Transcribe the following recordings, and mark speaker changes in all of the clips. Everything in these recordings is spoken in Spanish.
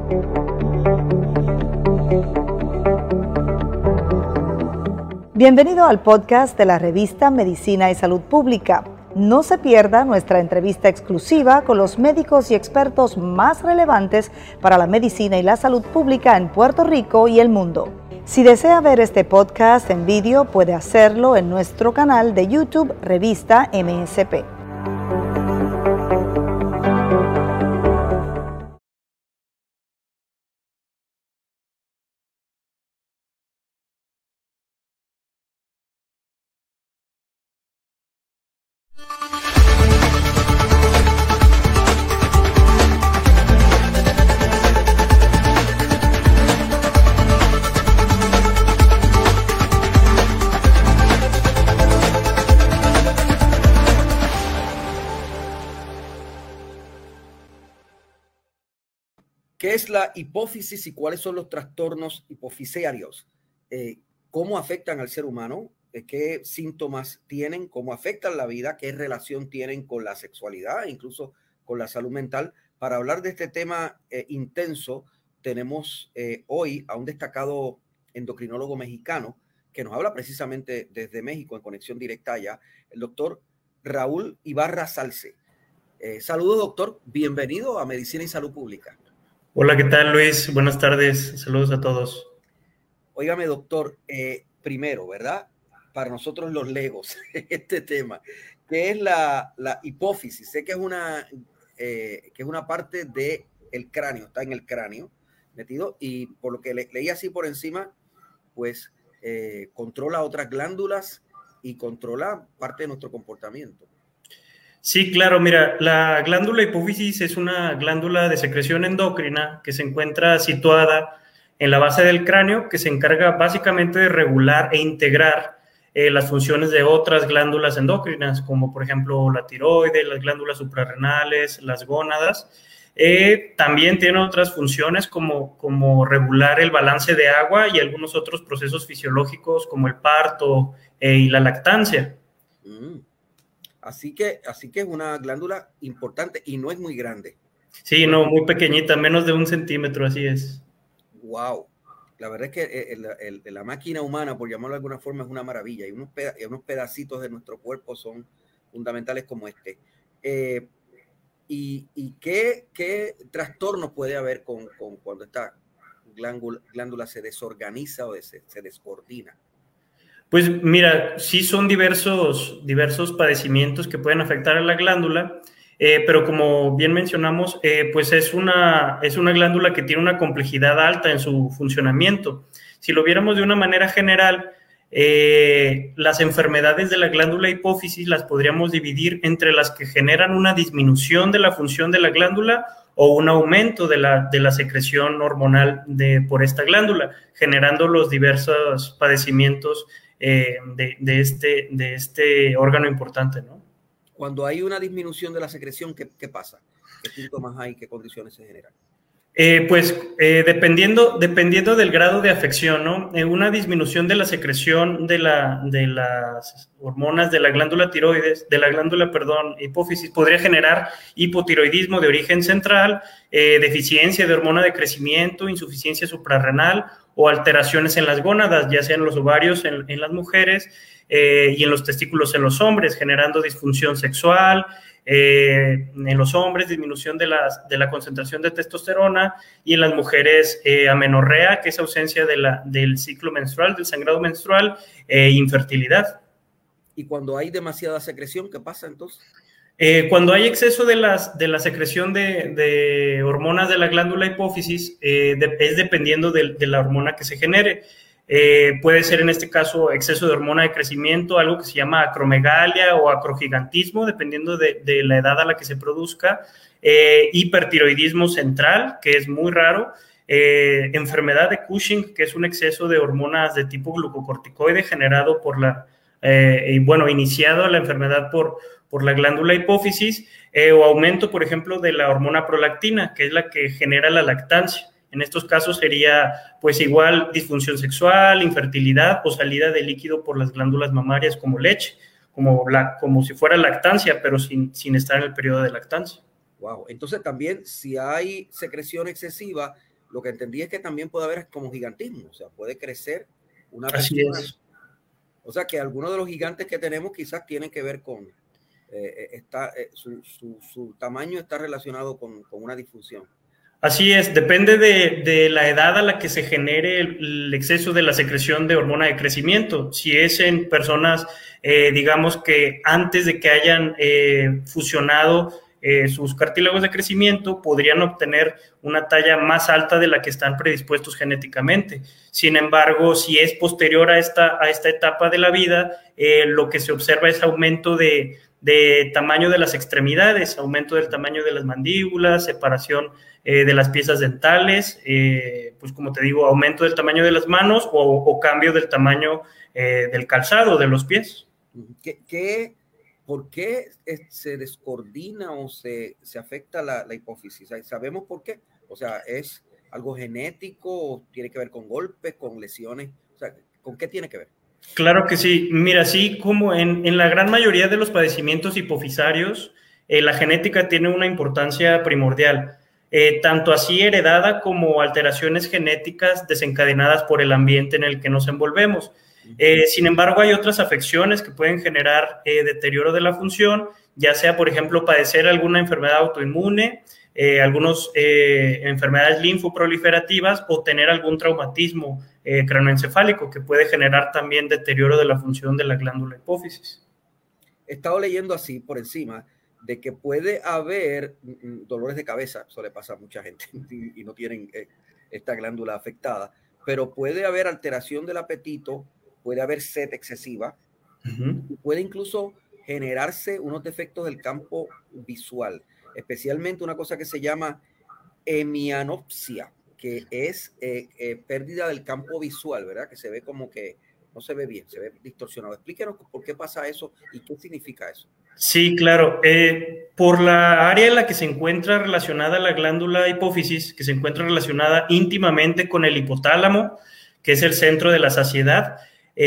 Speaker 1: Bienvenido al podcast de la revista Medicina y Salud Pública. No se pierda nuestra entrevista exclusiva con los médicos y expertos más relevantes para la medicina y la salud pública en Puerto Rico y el mundo. Si desea ver este podcast en vídeo, puede hacerlo en nuestro canal de YouTube Revista MSP.
Speaker 2: ¿Qué es la hipófisis y cuáles son los trastornos hipofisiarios? ¿Cómo afectan al ser humano? ¿Qué síntomas tienen? ¿Cómo afectan la vida? ¿Qué relación tienen con la sexualidad e incluso con la salud mental? Para hablar de este tema intenso, tenemos hoy a un destacado endocrinólogo mexicano que nos habla precisamente desde México en conexión directa allá, el doctor Raúl Ibarra Salce. Saludos, doctor. Bienvenido a Medicina y Salud Pública.
Speaker 3: Hola, ¿qué tal, Luis? Buenas tardes, saludos a todos.
Speaker 2: Óigame, doctor, primero, ¿verdad? Para nosotros los legos, este tema, ¿qué es la hipófisis? Sé que es una parte del cráneo, está en el cráneo metido, y por lo que leí así por encima, pues controla otras glándulas y controla parte de nuestro comportamiento.
Speaker 3: Sí, claro, mira, la glándula hipófisis es una glándula de secreción endocrina que se encuentra situada en la base del cráneo, que se encarga básicamente de regular e integrar las funciones de otras glándulas endocrinas, como por ejemplo la tiroides, las glándulas suprarrenales, las gónadas. También tiene otras funciones como regular el balance de agua y algunos otros procesos fisiológicos como el parto y la lactancia.
Speaker 2: Así que es una glándula importante y no es muy grande.
Speaker 3: Sí, no, muy pequeñita, menos de 1 centímetro, así es.
Speaker 2: Wow. La verdad es que la máquina humana, por llamarlo de alguna forma, es una maravilla. Y unos pedacitos de nuestro cuerpo son fundamentales como este. ¿Y qué trastorno puede haber con cuando esta glándula se desorganiza o se descoordina?
Speaker 3: Pues mira, sí son diversos padecimientos que pueden afectar a la glándula, pero como bien mencionamos, pues es una glándula que tiene una complejidad alta en su funcionamiento. Si lo viéramos de una manera general, las enfermedades de la glándula hipófisis las podríamos dividir entre las que generan una disminución de la función de la glándula o un aumento de la secreción hormonal por esta glándula, generando los diversos padecimientos de este órgano importante, ¿no?
Speaker 2: Cuando hay una disminución de la secreción, ¿qué pasa? ¿Qué síntomas hay? ¿Qué condiciones se generan?
Speaker 3: Dependiendo del grado de afección, ¿no? Una disminución de la secreción de las hormonas de la glándula tiroides, hipófisis, podría generar hipotiroidismo de origen central, deficiencia de hormona de crecimiento, insuficiencia suprarrenal o alteraciones en las gónadas, ya sean los ovarios en las mujeres y en los testículos en los hombres, generando disfunción sexual. En los hombres, disminución de la concentración de testosterona, y en las mujeres amenorrea, que es ausencia del ciclo menstrual, del sangrado menstrual, infertilidad.
Speaker 2: ¿Y cuando hay demasiada secreción, qué pasa entonces?
Speaker 3: Cuando hay exceso de la secreción de hormonas de la glándula hipófisis, es dependiendo de la hormona que se genere. Puede ser en este caso exceso de hormona de crecimiento, algo que se llama acromegalia o acrogigantismo, dependiendo de la edad a la que se produzca, hipertiroidismo central, que es muy raro, enfermedad de Cushing, que es un exceso de hormonas de tipo glucocorticoide generado iniciado la enfermedad por la glándula hipófisis, o aumento, por ejemplo, de la hormona prolactina, que es la que genera la lactancia. En estos casos sería, pues igual, disfunción sexual, infertilidad o salida de líquido por las glándulas mamarias como leche, como si fuera lactancia, pero sin estar en el periodo de lactancia.
Speaker 2: Wow. Entonces también, si hay secreción excesiva, lo que entendí es que también puede haber como gigantismo, o sea, puede crecer una
Speaker 3: Así
Speaker 2: persona.
Speaker 3: es.
Speaker 2: O sea, que algunos de los gigantes que tenemos quizás tienen que ver con, su tamaño está relacionado con una disfunción.
Speaker 3: Así es, depende de la edad a la que se genere el exceso de la secreción de hormona de crecimiento. Si es en personas, digamos que antes de que hayan fusionado sus cartílagos de crecimiento, podrían obtener una talla más alta de la que están predispuestos genéticamente. Sin embargo, si es posterior a esta etapa de la vida, lo que se observa es aumento de tamaño de las extremidades, aumento del tamaño de las mandíbulas, separación de las piezas dentales, pues como te digo, aumento del tamaño de las manos o cambio del tamaño del calzado de los pies.
Speaker 2: ¿Por qué se descoordina o se afecta la hipófisis? ¿Sabemos por qué? O sea, ¿es algo genético o tiene que ver con golpes, con lesiones? O sea, ¿con qué tiene que ver?
Speaker 3: Claro que sí. Mira, así como en la gran mayoría de los padecimientos hipofisarios, la genética tiene una importancia primordial, tanto así heredada como alteraciones genéticas desencadenadas por el ambiente en el que nos envolvemos. Sin embargo, hay otras afecciones que pueden generar deterioro de la función, ya sea, por ejemplo, padecer alguna enfermedad autoinmune, algunas enfermedades linfoproliferativas o tener algún traumatismo craneoencefálico que puede generar también deterioro de la función de la glándula hipófisis.
Speaker 2: He estado leyendo así por encima de que puede haber dolores de cabeza, eso le pasa a mucha gente y no tienen esta glándula afectada, pero puede haber alteración del apetito, puede haber sed excesiva, y puede incluso generarse unos defectos del campo visual, especialmente una cosa que se llama hemianopsia, que es pérdida del campo visual, ¿verdad? Que se ve como que no se ve bien, se ve distorsionado. Explíquenos por qué pasa eso y qué significa eso.
Speaker 3: Sí, claro. Por la área en la que se encuentra relacionada la glándula hipófisis, que se encuentra relacionada íntimamente con el hipotálamo, que es el centro de la saciedad,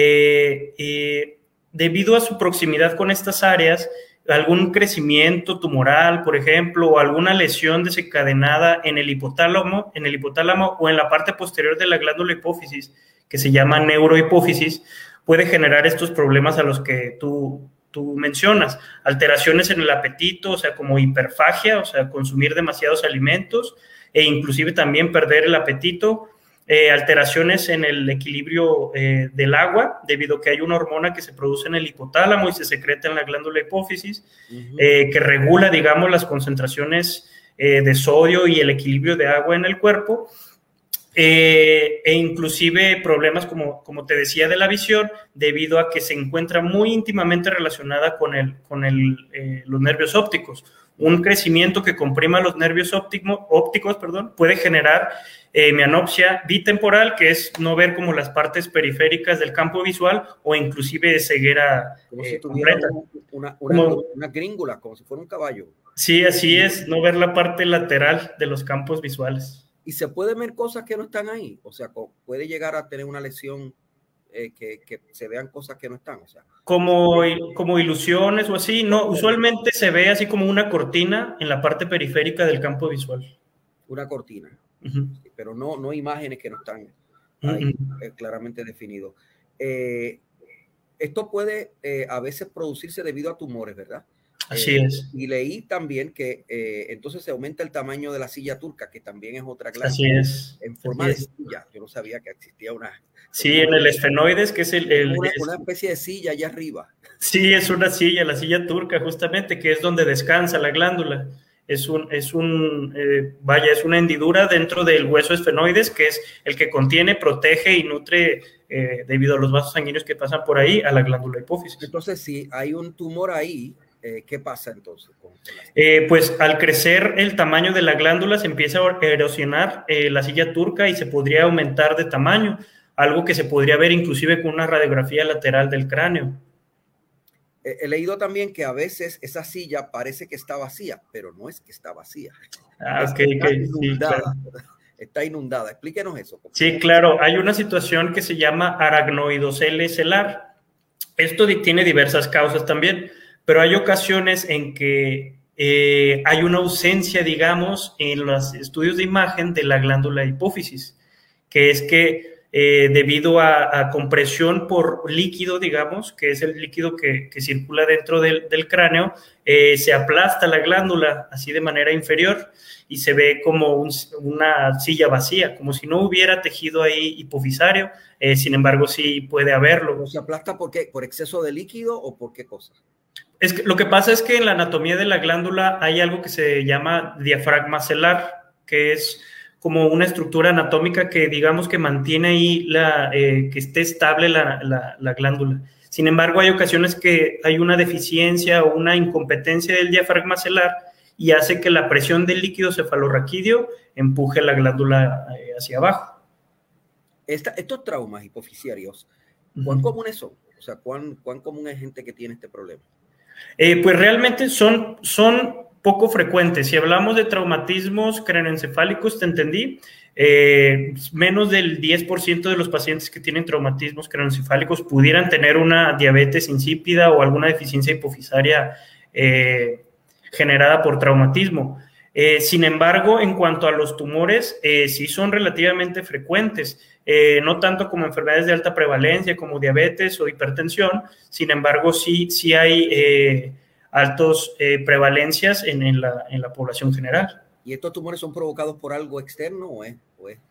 Speaker 3: debido a su proximidad con estas áreas, algún crecimiento tumoral, por ejemplo, o alguna lesión desencadenada en el hipotálamo o en la parte posterior de la glándula hipófisis, que se llama neurohipófisis, puede generar estos problemas a los que tú mencionas, alteraciones en el apetito, o sea, como hiperfagia, o sea, consumir demasiados alimentos e inclusive también perder el apetito, alteraciones en el equilibrio del agua, debido a que hay una hormona que se produce en el hipotálamo y se secreta en la glándula hipófisis, que regula, digamos, las concentraciones de sodio y el equilibrio de agua en el cuerpo, e inclusive problemas, como te decía, de la visión, debido a que se encuentra muy íntimamente relacionada con los nervios ópticos. Un crecimiento que comprima los nervios ópticos, puede generar mianopsia bitemporal, que es no ver como las partes periféricas del campo visual, o inclusive ceguera
Speaker 2: como si tuviera una gríngula, como si fuera un caballo.
Speaker 3: Sí, así es, no ver la parte lateral de los campos visuales.
Speaker 2: Y se pueden ver cosas que no están ahí, o sea, puede llegar a tener una lesión que se vean cosas que no están, o sea.
Speaker 3: Como ilusiones o así, no, usualmente se ve así como una cortina en la parte periférica del campo visual.
Speaker 2: Una cortina, pero no imágenes que no están ahí claramente definidos. Esto puede a veces producirse debido a tumores, ¿verdad?
Speaker 3: Así es.
Speaker 2: Y leí también que entonces se aumenta el tamaño de la silla turca, que también es otra glándula.
Speaker 3: Así es.
Speaker 2: En forma de silla. Yo no sabía que existía una.
Speaker 3: Sí, en el esfenoides, que es
Speaker 2: una especie de silla allá arriba.
Speaker 3: Sí, es una silla, la silla turca, justamente, que es donde descansa la glándula. Es una hendidura dentro del hueso esfenoides, que es el que contiene, protege y nutre, debido a los vasos sanguíneos que pasan por ahí, a la glándula hipófisis.
Speaker 2: Entonces, si hay un tumor ahí, ¿qué pasa entonces?
Speaker 3: Pues al crecer el tamaño de la glándula se empieza a erosionar la silla turca y se podría aumentar de tamaño, algo que se podría ver inclusive con una radiografía lateral del cráneo.
Speaker 2: He leído también que a veces esa silla parece que está vacía, pero no es que está vacía. Está inundada. Sí, claro. Está inundada. Explíquenos eso.
Speaker 3: Sí, claro. Hay una situación que se llama aracnoidocele celar. Esto tiene diversas causas también, pero hay ocasiones en que hay una ausencia, digamos, en los estudios de imagen de la glándula hipófisis, que es que debido a compresión por líquido, digamos, que es el líquido que circula dentro del cráneo, se aplasta la glándula así de manera inferior y se ve como una silla vacía, como si no hubiera tejido ahí hipofisario, sin embargo sí puede haberlo.
Speaker 2: ¿Se aplasta por qué? ¿Por exceso de líquido o por qué cosa?
Speaker 3: Es que, lo que pasa es que en la anatomía de la glándula hay algo que se llama diafragma celar, que es como una estructura anatómica que digamos que mantiene ahí que esté estable la glándula. Sin embargo, hay ocasiones que hay una deficiencia o una incompetencia del diafragma celar y hace que la presión del líquido cefalorraquídeo empuje la glándula hacia abajo.
Speaker 2: Estos traumas hipofisiarios, ¿cuán comunes son? O sea, ¿cuán común es gente que tiene este problema?
Speaker 3: Pues realmente son poco frecuentes. Si hablamos de traumatismos craneoencefálicos, te entendí, menos del 10% de los pacientes que tienen traumatismos craneoencefálicos pudieran tener una diabetes insípida o alguna deficiencia hipofisaria generada por traumatismo. Sin embargo, en cuanto a los tumores, sí son relativamente frecuentes, no tanto como enfermedades de alta prevalencia como diabetes o hipertensión, sin embargo, sí hay altas prevalencias en la población general.
Speaker 2: ¿Y estos tumores son provocados por algo externo o es?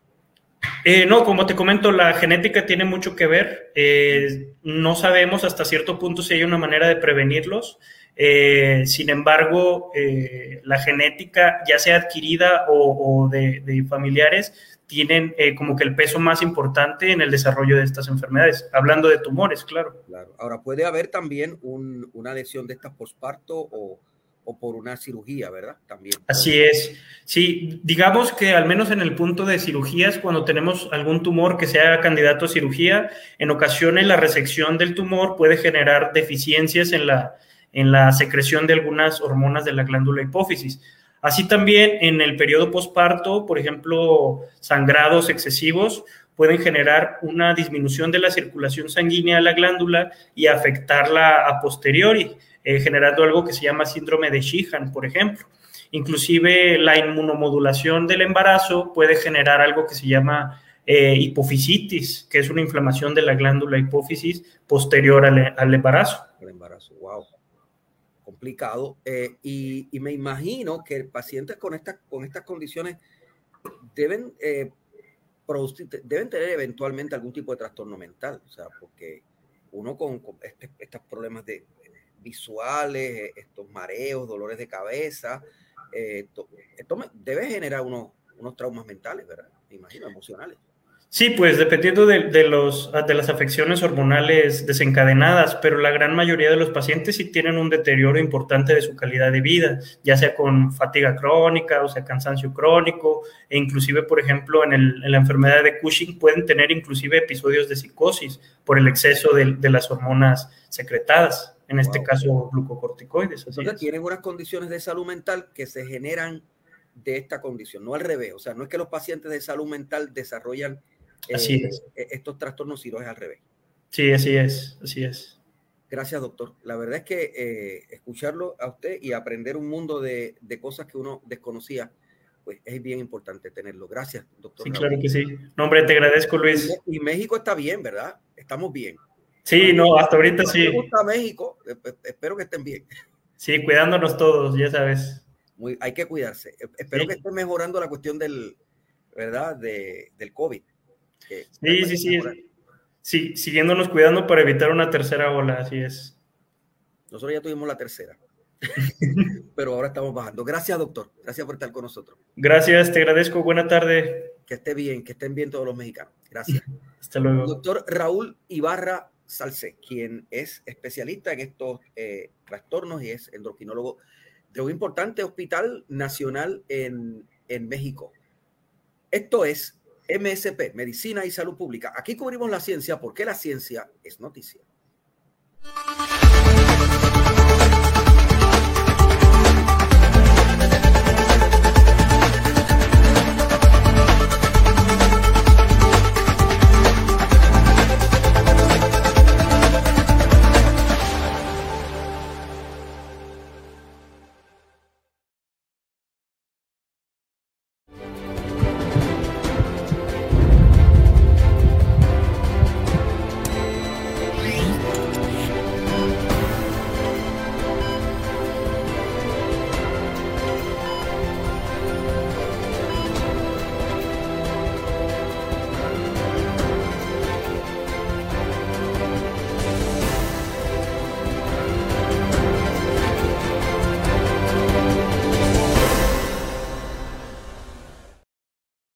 Speaker 3: No, como te comento, la genética tiene mucho que ver. No sabemos hasta cierto punto si hay una manera de prevenirlos. Sin embargo, la genética, ya sea adquirida o de familiares, tienen como que el peso más importante en el desarrollo de estas enfermedades, hablando de tumores, claro.
Speaker 2: Ahora, puede haber también una lesión de estas posparto o por una cirugía, ¿verdad? También.
Speaker 3: Así es. Sí, digamos que al menos en el punto de cirugías, cuando tenemos algún tumor que sea candidato a cirugía, en ocasiones la resección del tumor puede generar deficiencias en la secreción de algunas hormonas de la glándula hipófisis. Así también en el periodo posparto, por ejemplo, sangrados excesivos pueden generar una disminución de la circulación sanguínea a la glándula y afectarla a posteriori, generando algo que se llama síndrome de Sheehan, por ejemplo. Inclusive la inmunomodulación del embarazo puede generar algo que se llama hipofisitis, que es una inflamación de la glándula hipófisis posterior al embarazo.
Speaker 2: El embarazo, wow. Complicado. Y me imagino que pacientes con estas condiciones deben tener eventualmente algún tipo de trastorno mental, o sea, porque uno con estos problemas visuales, estos mareos, dolores de cabeza, esto debe generar unos traumas mentales, ¿verdad? Me imagino, emocionales.
Speaker 3: Sí, pues dependiendo de las afecciones hormonales desencadenadas, pero la gran mayoría de los pacientes sí tienen un deterioro importante de su calidad de vida, ya sea con fatiga crónica, o sea, cansancio crónico, e inclusive, por ejemplo, en la enfermedad de Cushing pueden tener inclusive episodios de psicosis por el exceso de las hormonas secretadas, en este caso glucocorticoides.
Speaker 2: Entonces tienen unas condiciones de salud mental que se generan de esta condición, no al revés, o sea, no es que los pacientes de salud mental desarrollan estos trastornos, sino es al revés.
Speaker 3: Sí, así es.
Speaker 2: Gracias, doctor. La verdad es que escucharlo a usted y aprender un mundo de cosas que uno desconocía, pues es bien importante tenerlo. Gracias, doctor.
Speaker 3: Sí, Raúl. Claro que sí. No, hombre, te agradezco, Luis.
Speaker 2: Y México está bien, ¿verdad? Estamos bien.
Speaker 3: Sí, no, hasta ahorita sí.
Speaker 2: Me gusta México, espero que estén bien.
Speaker 3: Sí, cuidándonos todos, ya sabes.
Speaker 2: Hay que cuidarse. Espero que esté mejorando la cuestión del COVID.
Speaker 3: Sí, siguiéndonos cuidando para evitar una tercera ola, así es.
Speaker 2: Nosotros ya tuvimos la tercera, pero ahora estamos bajando. Gracias, doctor. Gracias por estar con nosotros.
Speaker 3: Gracias, te agradezco. Buena tarde.
Speaker 2: Que esté bien, que estén bien todos los mexicanos. Gracias.
Speaker 3: Hasta luego.
Speaker 2: Doctor Raúl Ibarra Salcé, quien es especialista en estos trastornos y es endocrinólogo de un importante hospital nacional en México. Esto es MSP, Medicina y Salud Pública. Aquí cubrimos la ciencia porque la ciencia es noticia.